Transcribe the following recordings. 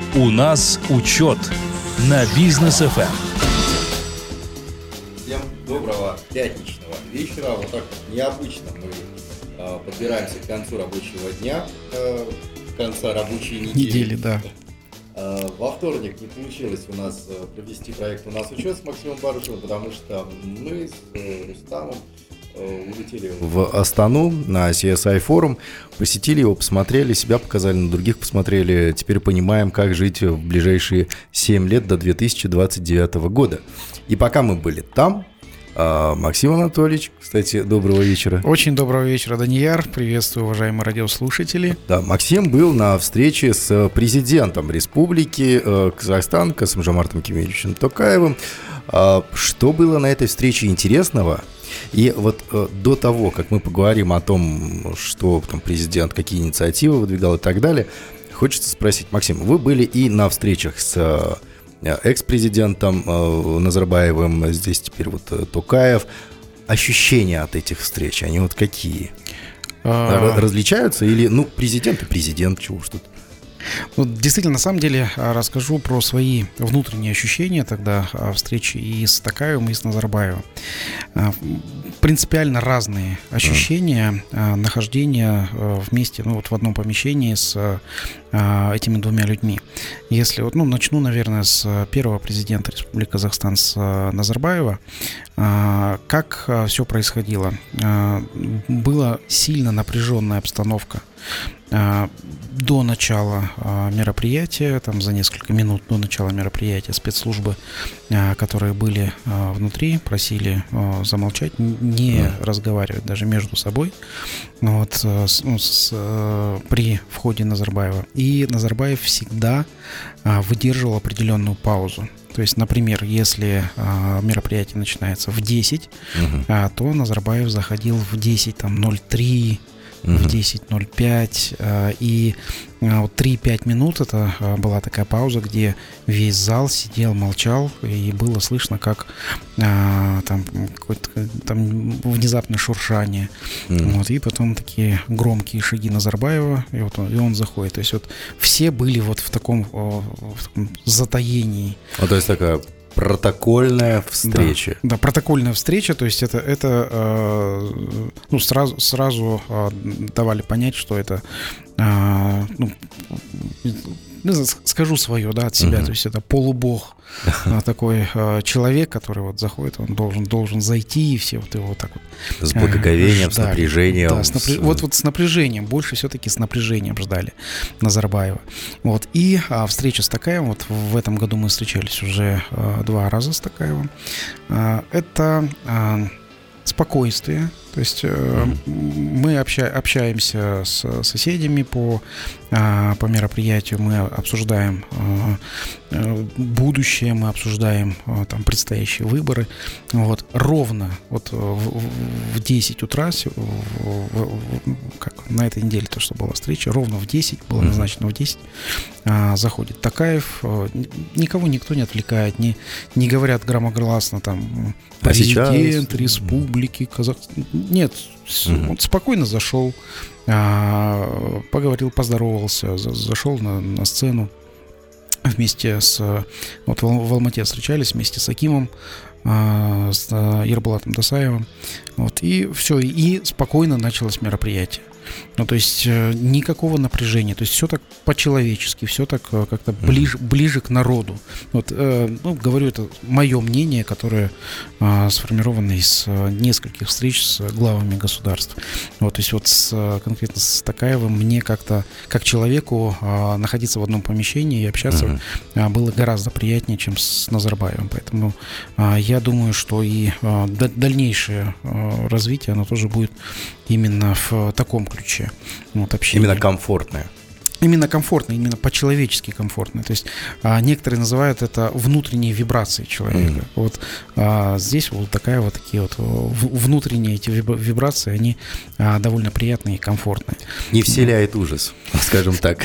У нас учет на Бизнес FM. Всем доброго пятничного вечера. Вот так необычно мы подбираемся к концу рабочего дня, конца рабочей недели. Да. Во вторник не получилось у нас провести проект «У нас учет» с Максимом Барышевым, потому что мы с Рустамом улетели в Астану на CSI форум, посетили его, посмотрели, себя показали, на других посмотрели. Теперь понимаем, как жить в ближайшие 7 лет до 2029 года. И пока мы были там, Максим Анатольевич, кстати, доброго вечера. Очень доброго вечера, Данияр. Приветствую, уважаемые радиослушатели. Да, Максим был на встрече с президентом Республики Казахстан Касым-Жомартом Кемелевичем Токаевым. Что было на этой встрече интересного? И вот до того, как мы поговорим о том, что там президент, какие инициативы выдвигал и так далее, хочется спросить, Максим, вы были и на встречах с экс-президентом Назарбаевым, здесь теперь вот Токаев. Ощущения от этих встреч, они вот какие? Различаются или, президент и президент, чего уж тут? Действительно, на самом деле, расскажу про свои внутренние ощущения тогда встречи и с Токаевым, и с Назарбаевым. Принципиально разные ощущения нахождения вместе, в одном помещении с этими двумя людьми. Если начну, наверное, с первого президента Республики Казахстан, с Назарбаева. Как все происходило? Была сильно напряженная обстановка до начала мероприятия, там за несколько минут до начала мероприятия спецслужбы, которые были внутри, просили замолчать, не разговаривать даже между собой при входе Назарбаева. И Назарбаев всегда выдерживал определенную паузу. То есть, например, если мероприятие начинается в 10, то Назарбаев заходил в 10:03, в 10:05, и 3-5 минут это была такая пауза, где весь зал сидел, молчал, и было слышно, как там какое-то внезапное шуршание, и потом такие громкие шаги Назарбаева, и он заходит. То есть все были в таком затаении. То есть такая протокольная встреча. Да, протокольная встреча, то есть это сразу давали понять, что это, скажу свое, от себя, то есть это полубог, такой человек, который заходит, он должен зайти, и все его так с благоговением, ждали. С напряжением. Да, с напряжением, больше все-таки с напряжением ждали Назарбаева. И встреча с Токаевым, в этом году мы встречались уже 2 раза с Токаевым. Это спокойствие. То есть мы общаемся с соседями по мероприятию, мы обсуждаем будущее, мы обсуждаем предстоящие выборы. Ровно в 10 утра, как на этой неделе то, что была встреча, ровно в 10, было назначено в 10, заходит Токаев. Никого никто не отвлекает, не говорят громогласно президент Республики Казахстан. Нет, он спокойно зашел, поговорил, поздоровался, зашел на сцену вместе с... в Алмате встречались вместе с Акимом, с Ербулатом Досаевым. И все, и спокойно началось мероприятие. То есть никакого напряжения, то есть все так по-человечески, все так как-то ближе к народу. Говорю, это мое мнение, которое сформировано из нескольких встреч с главами государств. То есть конкретно с Токаевым мне как-то, как человеку, находиться в одном помещении и общаться было гораздо приятнее, чем с Назарбаевым. Поэтому я думаю, что и дальнейшее развитие, оно тоже будет именно в таком ключе. Общение. Именно комфортное. Именно комфортно, именно по-человечески комфортно. То есть некоторые называют это внутренние вибрации человека. Здесь такие внутренние эти вибрации, они довольно приятные и комфортные. Не вселяет ужас, скажем так.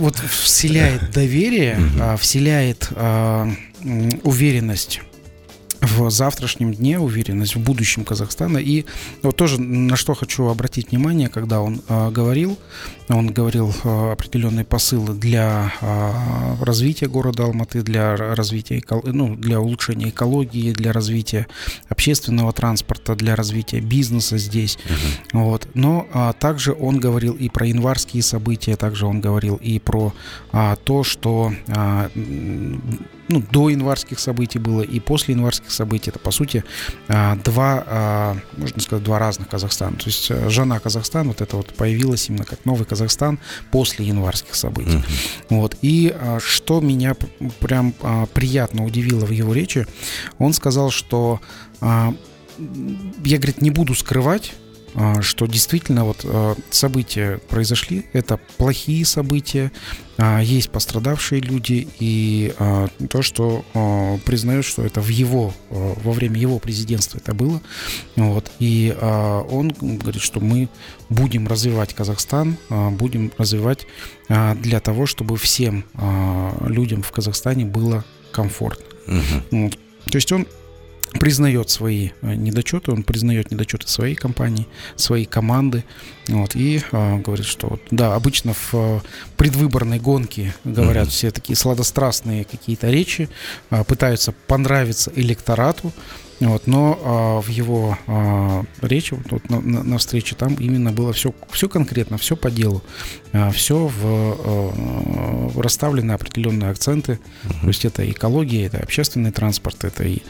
Вселяет доверие, вселяет уверенность в завтрашнем дне, уверенность в будущем Казахстана. И вот тоже на что хочу обратить внимание, когда он говорил определенные посылы для развития города Алматы, для развития, для улучшения экологии, для развития общественного транспорта, для развития бизнеса здесь. Вот. Но также он говорил и про январские события, также он говорил и про то, что до январских событий было и после январских событий. Это, по сути, можно сказать, два разных Казахстана. То есть Жана Казахстан, вот это вот появилась именно как новый Казахстан после январских событий. Вот. И что меня прям приятно удивило в его речи, он сказал, что я, говорит, не буду скрывать, что действительно вот события произошли, это плохие события, есть пострадавшие люди, и то, что признает, что это во время его президентства это было. Вот. И он говорит, что мы будем развивать Казахстан, будем развивать для того, чтобы всем людям в Казахстане было комфортно. Вот. То есть он признает свои недочеты, он признает недочеты своей компании, своей команды, вот, и говорит, что да, обычно в предвыборной гонке говорят все такие сладострастные какие-то речи, пытаются понравиться электорату, вот, но в его речи вот, на встрече там именно было все конкретно, все по делу, все расставлены определенные акценты. То есть это экология, это общественный транспорт, это и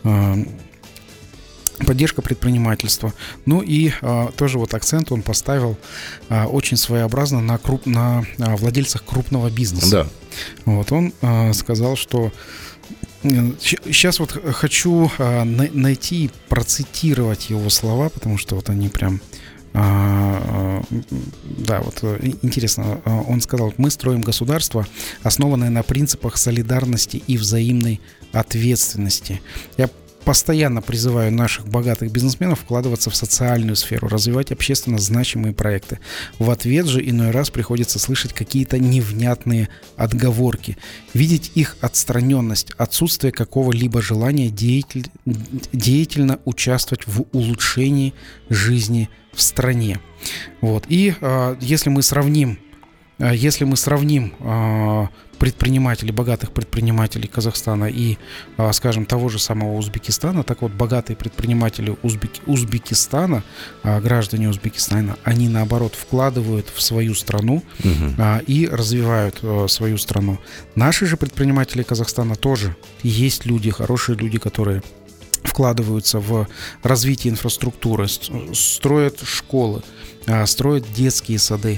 поддержка предпринимательства. Ну и тоже вот акцент он поставил очень своеобразно на владельцах крупного бизнеса. Да. Вот, он сказал, что сейчас вот хочу найти и процитировать его слова, потому что вот они прям... Да, вот интересно, он сказал: мы строим государство, основанное на принципах солидарности и взаимной ответственности. Я постоянно призываю наших богатых бизнесменов вкладываться в социальную сферу, развивать общественно значимые проекты. В ответ же иной раз приходится слышать какие-то невнятные отговорки, видеть их отстраненность, отсутствие какого-либо желания деятельно участвовать в улучшении жизни в стране. Вот. И если мы сравним предпринимателей, богатых предпринимателей Казахстана и, скажем, того же самого Узбекистана, так вот, богатые предприниматели Узбекистана, граждане Узбекистана, они, наоборот, вкладывают в свою страну и развивают свою страну. Наши же предприниматели Казахстана тоже есть люди, хорошие люди, которые вкладываются в развитие инфраструктуры, строят школы, строят детские сады.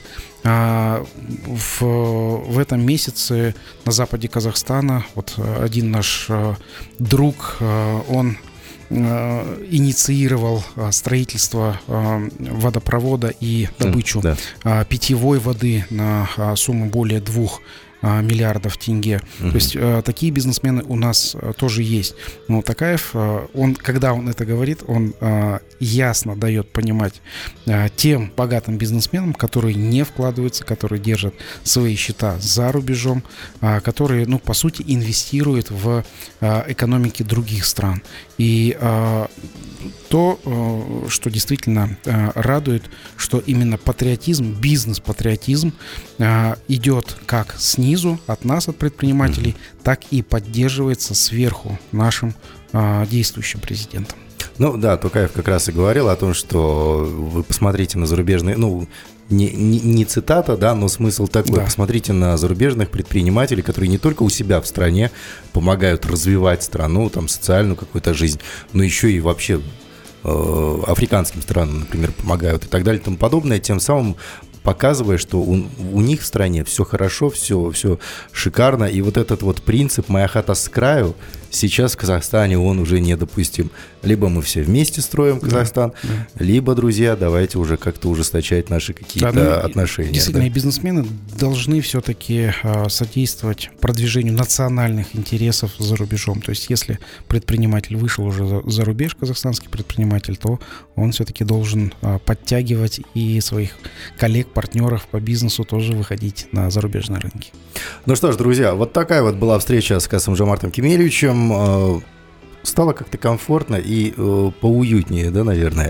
В этом месяце на западе Казахстана вот один наш друг, он инициировал строительство водопровода и добычу питьевой воды на сумму более 2 миллиардов тенге. То есть такие бизнесмены у нас тоже есть. Но Токаев, когда он это говорит, он ясно дает понимать тем богатым бизнесменам, которые не вкладываются, которые держат свои счета за рубежом, которые, по сути, инвестируют в экономики других стран. И то, что действительно радует, что именно патриотизм, бизнес-патриотизм идет как снизу, от нас, от предпринимателей, так и поддерживается сверху нашим действующим президентом. Ну да, Токаев как раз и говорил о том, что вы посмотрите на зарубежные, не цитата, да, но смысл такой: посмотрите на зарубежных предпринимателей, которые не только у себя в стране помогают развивать страну, там, социальную какую-то жизнь, но еще и вообще африканским странам, например, помогают и так далее и тому подобное, тем самым показывая, что у них в стране все хорошо, все шикарно, и вот этот вот принцип «моя хата с краю» сейчас в Казахстане он уже недопустим. Либо мы все вместе строим Казахстан, либо, друзья, давайте уже как-то ужесточать наши какие-то отношения. Действительно, и бизнесмены должны все-таки содействовать продвижению национальных интересов за рубежом. То есть, если предприниматель вышел уже за рубеж, казахстанский предприниматель, то он все-таки должен подтягивать и своих коллег, партнеров по бизнесу тоже выходить на зарубежные рынки. Ну что ж, друзья, вот такая вот была встреча с Касым-Жомартом Кемелевичем. стало как-то комфортно и поуютнее, да, наверное.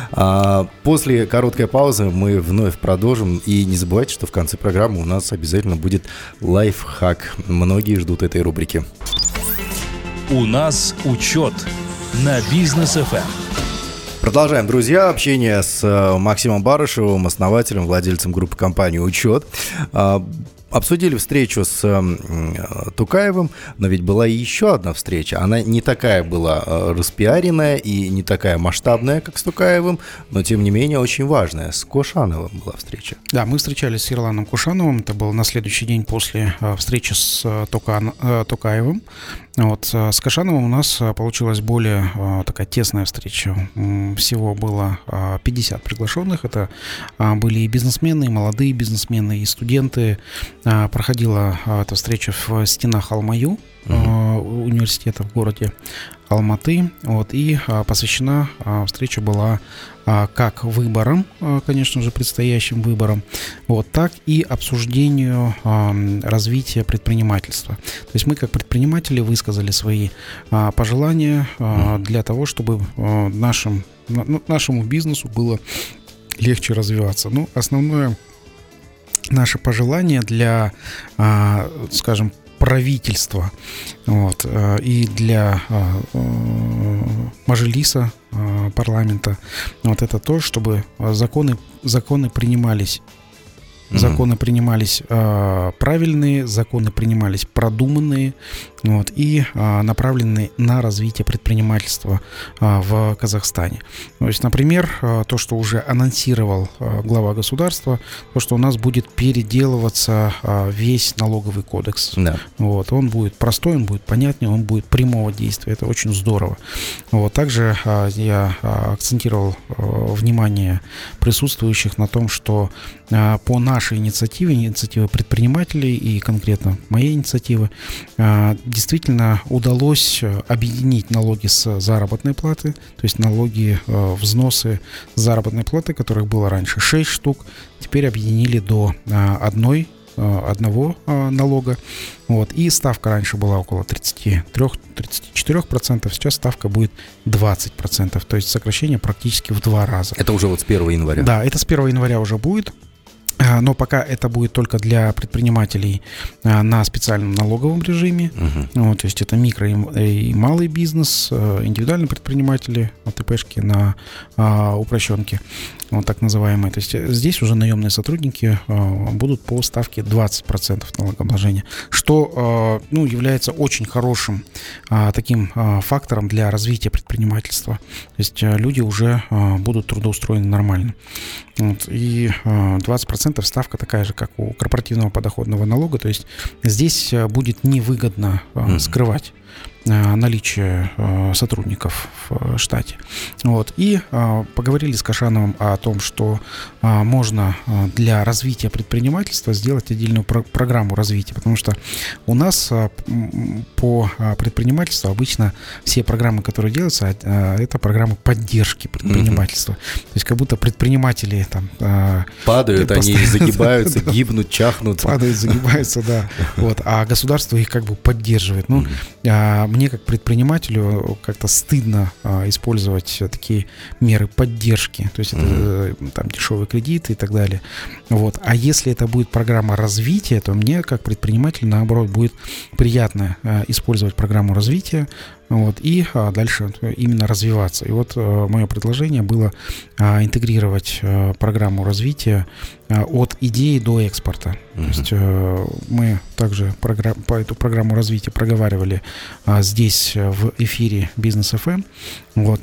После короткой паузы мы вновь продолжим. И не забывайте, что в конце программы у нас обязательно будет лайфхак. Многие ждут этой рубрики. У нас учет на Бизнес ФМ. Продолжаем, друзья, общение с Максимом Барышевым, основателем, владельцем группы компании «Учет». Обсудили встречу с Тукаевым, но ведь была и еще одна встреча. Она не такая была распиаренная и не такая масштабная, как с Тукаевым, но, тем не менее, очень важная. С Кошановым была встреча. Да, мы встречались с Ерланом Кошановым. Это был на следующий день после встречи с Тукаевым. Вот, с Кошановым у нас получилась более такая тесная встреча. Всего было 50 приглашенных. Это были и бизнесмены, и молодые бизнесмены, и студенты. Проходила эта встреча в стенах Алмаю, университета в городе Алматы. Вот, и посвящена встреча была как выборам, конечно же, предстоящим выборам, вот, так и обсуждению развития предпринимательства. То есть мы, как предприниматели, высказали свои пожелания для того, чтобы нашему бизнесу было легче развиваться. Ну, основное наше пожелание для, скажем, правительства, вот, и для Мажилиса, парламента, вот, это то, чтобы законы принимались. Законы принимались правильные, законы принимались продуманные, вот, и направленные на развитие предпринимательства в Казахстане. То есть, например, то, что уже анонсировал глава государства, то, что у нас будет переделываться весь налоговый кодекс. Да. Вот, он будет простой, он будет понятнее, он будет прямого действия. Это очень здорово. Вот, также я акцентировал внимание присутствующих на том, что по нашей инициативе предпринимателей и конкретно моей инициативы, действительно удалось объединить налоги с заработной платы, то есть налоги, взносы с заработной платы, которых было раньше 6 штук, теперь объединили до одного налога. Вот. И ставка раньше была около 33-34%, сейчас ставка будет 20%, то есть сокращение практически в 2 раза. Это уже вот с 1 января? Да, это с 1 января уже будет. Но пока это будет только для предпринимателей на специальном налоговом режиме. Вот, то есть это микро и малый бизнес, индивидуальные предприниматели, ОТПшки на упрощенке, вот так называемые. То есть здесь уже наемные сотрудники будут по ставке 20% налогообложения, что является очень хорошим таким фактором для развития предпринимательства. То есть люди уже будут трудоустроены нормально. Вот, и 20% ставка такая же, как у корпоративного подоходного налога. То есть здесь будет невыгодно скрывать наличие сотрудников в штате. Вот. И поговорили с Кошановым о том, что можно для развития предпринимательства сделать отдельную программу развития, потому что у нас по предпринимательству обычно все программы, которые делаются, это программы поддержки предпринимательства. То есть как будто предприниматели там падают, они загибаются, гибнут, чахнут. Падают, загибаются, да. Вот. А государство их как бы поддерживает. Ну, мне как предпринимателю как-то стыдно использовать такие меры поддержки, то есть это там дешевые кредиты и так далее. Вот. А если это будет программа развития, то мне как предпринимателю, наоборот, будет приятно использовать программу развития, вот, и дальше именно развиваться. И вот мое предложение было интегрировать программу развития от идеи до экспорта. То есть мы также эту программу развития проговаривали здесь в эфире Бизнес ФМ. Вот.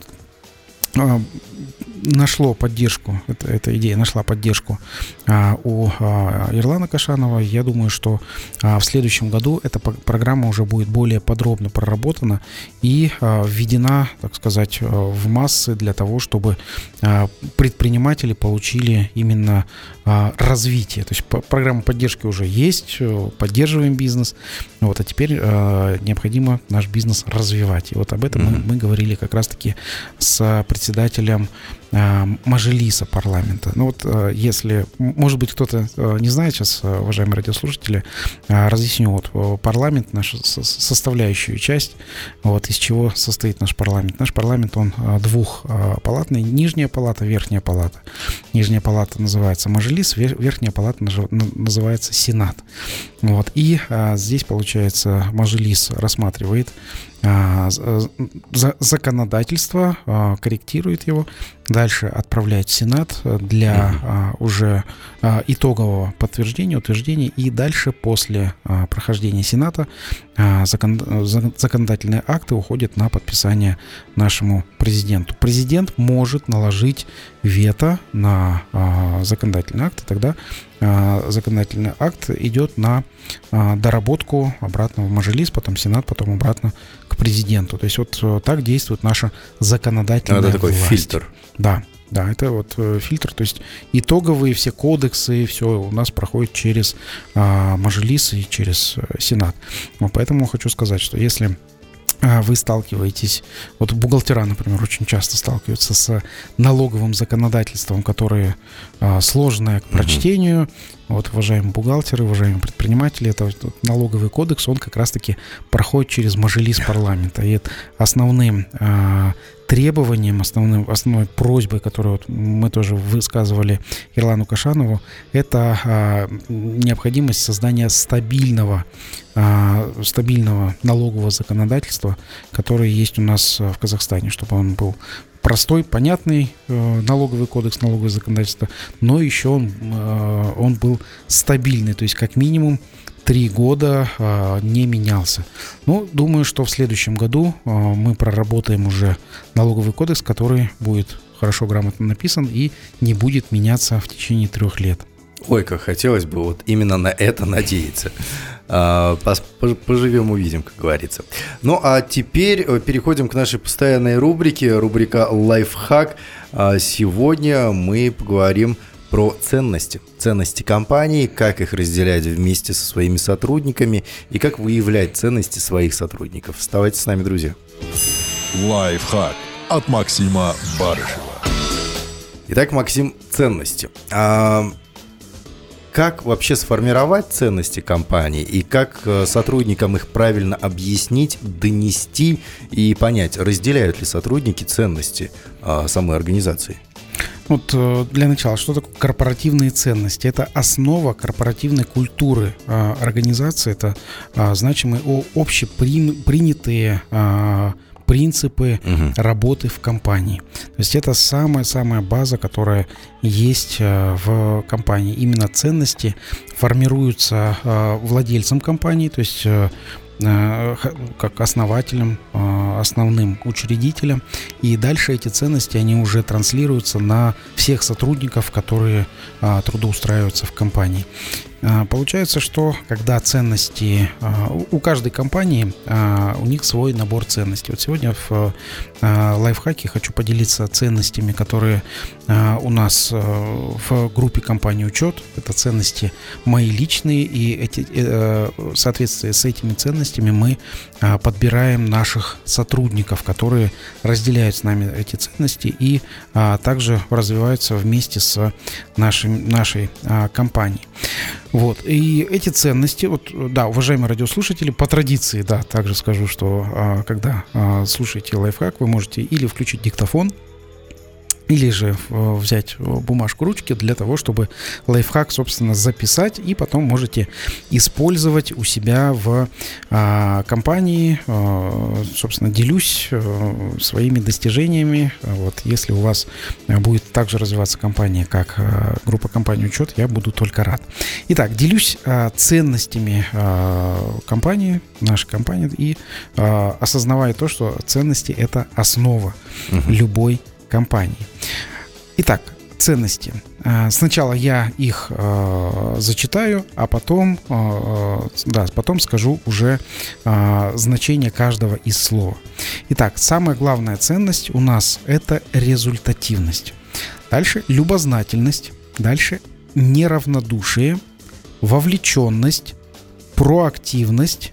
Нашло поддержку, эта идея нашла поддержку у Ерлана Кошанова. Я думаю, что в следующем году эта программа уже будет более подробно проработана и введена, так сказать, в массы для того, чтобы предприниматели получили именно развитие. То есть программа поддержки уже есть, поддерживаем бизнес, вот, а теперь необходимо наш бизнес развивать. И вот об этом мы говорили как раз-таки с председателем председателем Мажилиса парламента. Ну вот, если, может быть, кто-то не знает сейчас, уважаемые радиослушатели, разъясню. Вот парламент, наша составляющую часть, вот из чего состоит наш парламент. Наш парламент, он двухпалатный: нижняя палата, верхняя палата. Нижняя палата называется Мажилис, верхняя палата называется Сенат. Вот. И здесь, получается, Мажилис рассматривает законодательство, корректирует его, дальше отправляет в Сенат для уже итогового подтверждения, утверждения, и дальше после прохождения Сената законодательные акты уходят на подписание нашему президенту. Президент может наложить вето на законодательный акт, и тогда законодательный акт идет на доработку обратно в Мажилис, потом Сенат, потом обратно к президенту. То есть вот так действует наша законодательная власть. Это такой фильтр. Да, это вот фильтр. То есть итоговые все кодексы, все у нас проходит через Мажилис и через Сенат. Вот поэтому хочу сказать, что если вы сталкиваетесь, вот бухгалтера, например, очень часто сталкиваются с налоговым законодательством, которое сложное к прочтению. Вот, уважаемые бухгалтеры, уважаемые предприниматели, это вот налоговый кодекс, он как раз-таки проходит через Мажилис парламента. И основным требованием, основной просьбой, которую вот мы тоже высказывали Ирлану Кашанову, это необходимость создания стабильного налогового законодательства, которое есть у нас в Казахстане, чтобы он был простой, понятный налоговый кодекс, налоговое законодательство, но еще он был стабильный, то есть как минимум 3 года не менялся. Ну, думаю, что в следующем году мы проработаем уже налоговый кодекс, который будет хорошо, грамотно написан и не будет меняться в течение 3 лет. Ой, как хотелось бы вот именно на это надеяться. Поживем, увидим, как говорится. Ну, а теперь переходим к нашей постоянной рубрике, рубрика «Лайфхак». Сегодня мы поговорим про ценности компании, как их разделять вместе со своими сотрудниками и как выявлять ценности своих сотрудников. Оставайтесь с нами, друзья. Лайфхак от Максима Барышева. Итак, Максим, ценности. Как вообще сформировать ценности компании и как сотрудникам их правильно объяснить, донести и понять, разделяют ли сотрудники ценности самой организации? Вот для начала, что такое корпоративные ценности? Это основа корпоративной культуры организации, это значимые общепринятые принципы работы в компании. То есть это самая база, которая есть в компании. Именно ценности формируются владельцем компании, то есть как основателем, основным учредителем. И дальше эти ценности, они уже транслируются на всех сотрудников, которые трудоустраиваются в компании. Получается, что когда ценности у каждой компании, у них свой набор ценностей. Вот сегодня в лайфхаке хочу поделиться ценностями, которые у нас в группе компании «Учет». Это ценности мои личные, и в соответствии с этими ценностями мы подбираем наших сотрудников, которые разделяют с нами эти ценности и также развиваются вместе с нашей компанией. Вот. И эти ценности, вот, да, уважаемые радиослушатели, по традиции, да, также скажу, что когда слушаете лайфхак, вы можете или включить диктофон, или же взять бумажку, ручки для того, чтобы лайфхак, собственно, записать, и потом можете использовать у себя в компании. Собственно, делюсь своими достижениями. Вот, если у вас будет также развиваться компания, как группа компании «Учет», я буду только рад. Итак, делюсь ценностями компании, нашей компании, и осознавая то, что ценности – это основа любой компании. Итак, ценности. Сначала я их зачитаю, а потом скажу уже значение каждого из слова. Итак, самая главная ценность у нас – это результативность. Дальше любознательность. Дальше неравнодушие, вовлеченность, проактивность,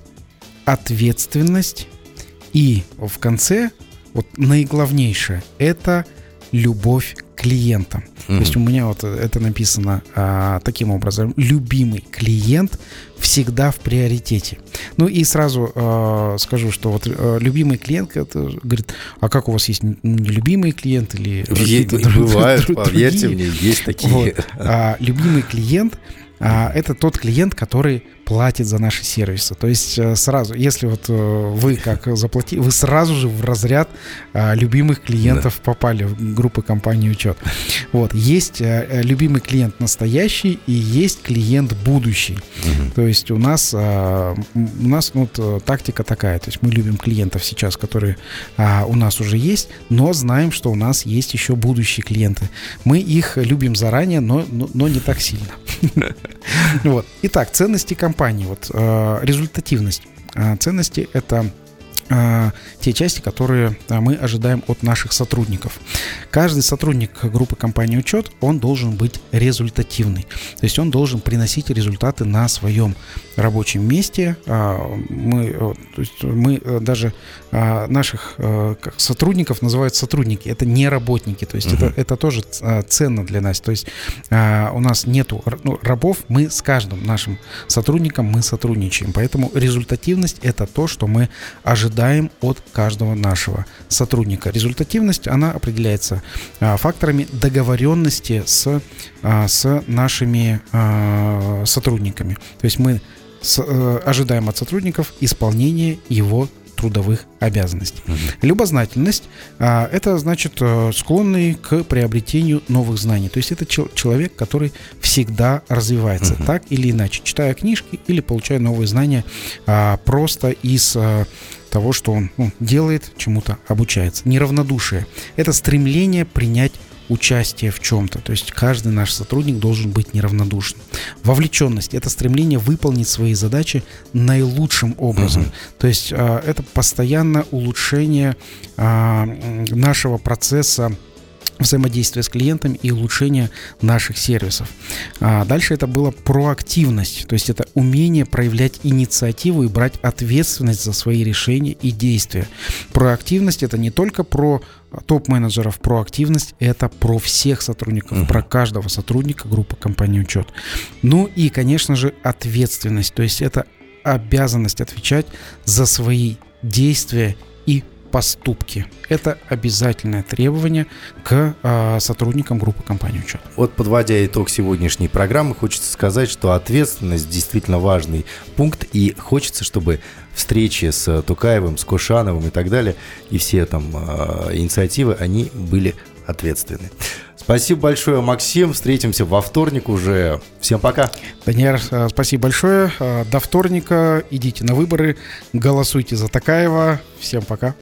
ответственность. И в конце, вот наиглавнейшее, это любовь к клиентам. То есть у меня вот это написано таким образом. Любимый клиент всегда в приоритете. Ну и сразу скажу, что вот любимый клиент, это говорит, а как у вас есть нелюбимый клиент или бывают, поверьте мне, есть такие. Вот. Любимый клиент это тот клиент, который платит за наши сервисы. То есть сразу, если вот вы как заплатили, вы сразу же в разряд любимых клиентов попали в группы компании «Учет». Вот. Есть любимый клиент настоящий и есть клиент будущий. То есть у нас вот тактика такая. То есть мы любим клиентов сейчас, которые у нас уже есть, но знаем, что у нас есть еще будущие клиенты. Мы их любим заранее, но не так сильно. Вот. Итак, ценности компании. Вот, результативность. Ценности – это те части, которые мы ожидаем от наших сотрудников. Каждый сотрудник группы компании «Учет», он должен быть результативный. То есть он должен приносить результаты на своем рабочем месте. Мы даже наших сотрудников называют сотрудники. Это не работники. То есть это тоже ценно для нас. То есть у нас нету рабов. Мы с каждым нашим сотрудником мы сотрудничаем. Поэтому результативность – это то, что мы ожидаем от каждого нашего сотрудника. Результативность, она определяется факторами договоренности с нашими сотрудниками. То есть мы ожидаем от сотрудников исполнения его трудовых обязанностей. Любознательность – это значит склонный к приобретению новых знаний. То есть это человек, который всегда развивается, так или иначе, читая книжки или получая новые знания просто из того, что он делает, чему-то обучается. Неравнодушие – это стремление принять участие в чем-то. То есть каждый наш сотрудник должен быть неравнодушным. Вовлеченность – это стремление выполнить свои задачи наилучшим образом. То есть это постоянное улучшение нашего процесса взаимодействия с клиентами и улучшение наших сервисов. Дальше это была проактивность, то есть это умение проявлять инициативу и брать ответственность за свои решения и действия. Проактивность – это не только про топ-менеджеров, проактивность – это про всех сотрудников, про каждого сотрудника группы компании «Учет». Ну и, конечно же, ответственность, то есть это обязанность отвечать за свои действия и поступки. Это обязательное требование к сотрудникам группы компании «Учет». Вот, подводя итог сегодняшней программы, хочется сказать, что ответственность действительно важный пункт, и хочется, чтобы встречи с Тукаевым, с Кошановым и так далее, и все там инициативы, они были ответственны. Спасибо большое, Максим. Встретимся во вторник уже. Всем пока. Даниэль, спасибо большое. До вторника идите на выборы, голосуйте за Токаева. Всем пока.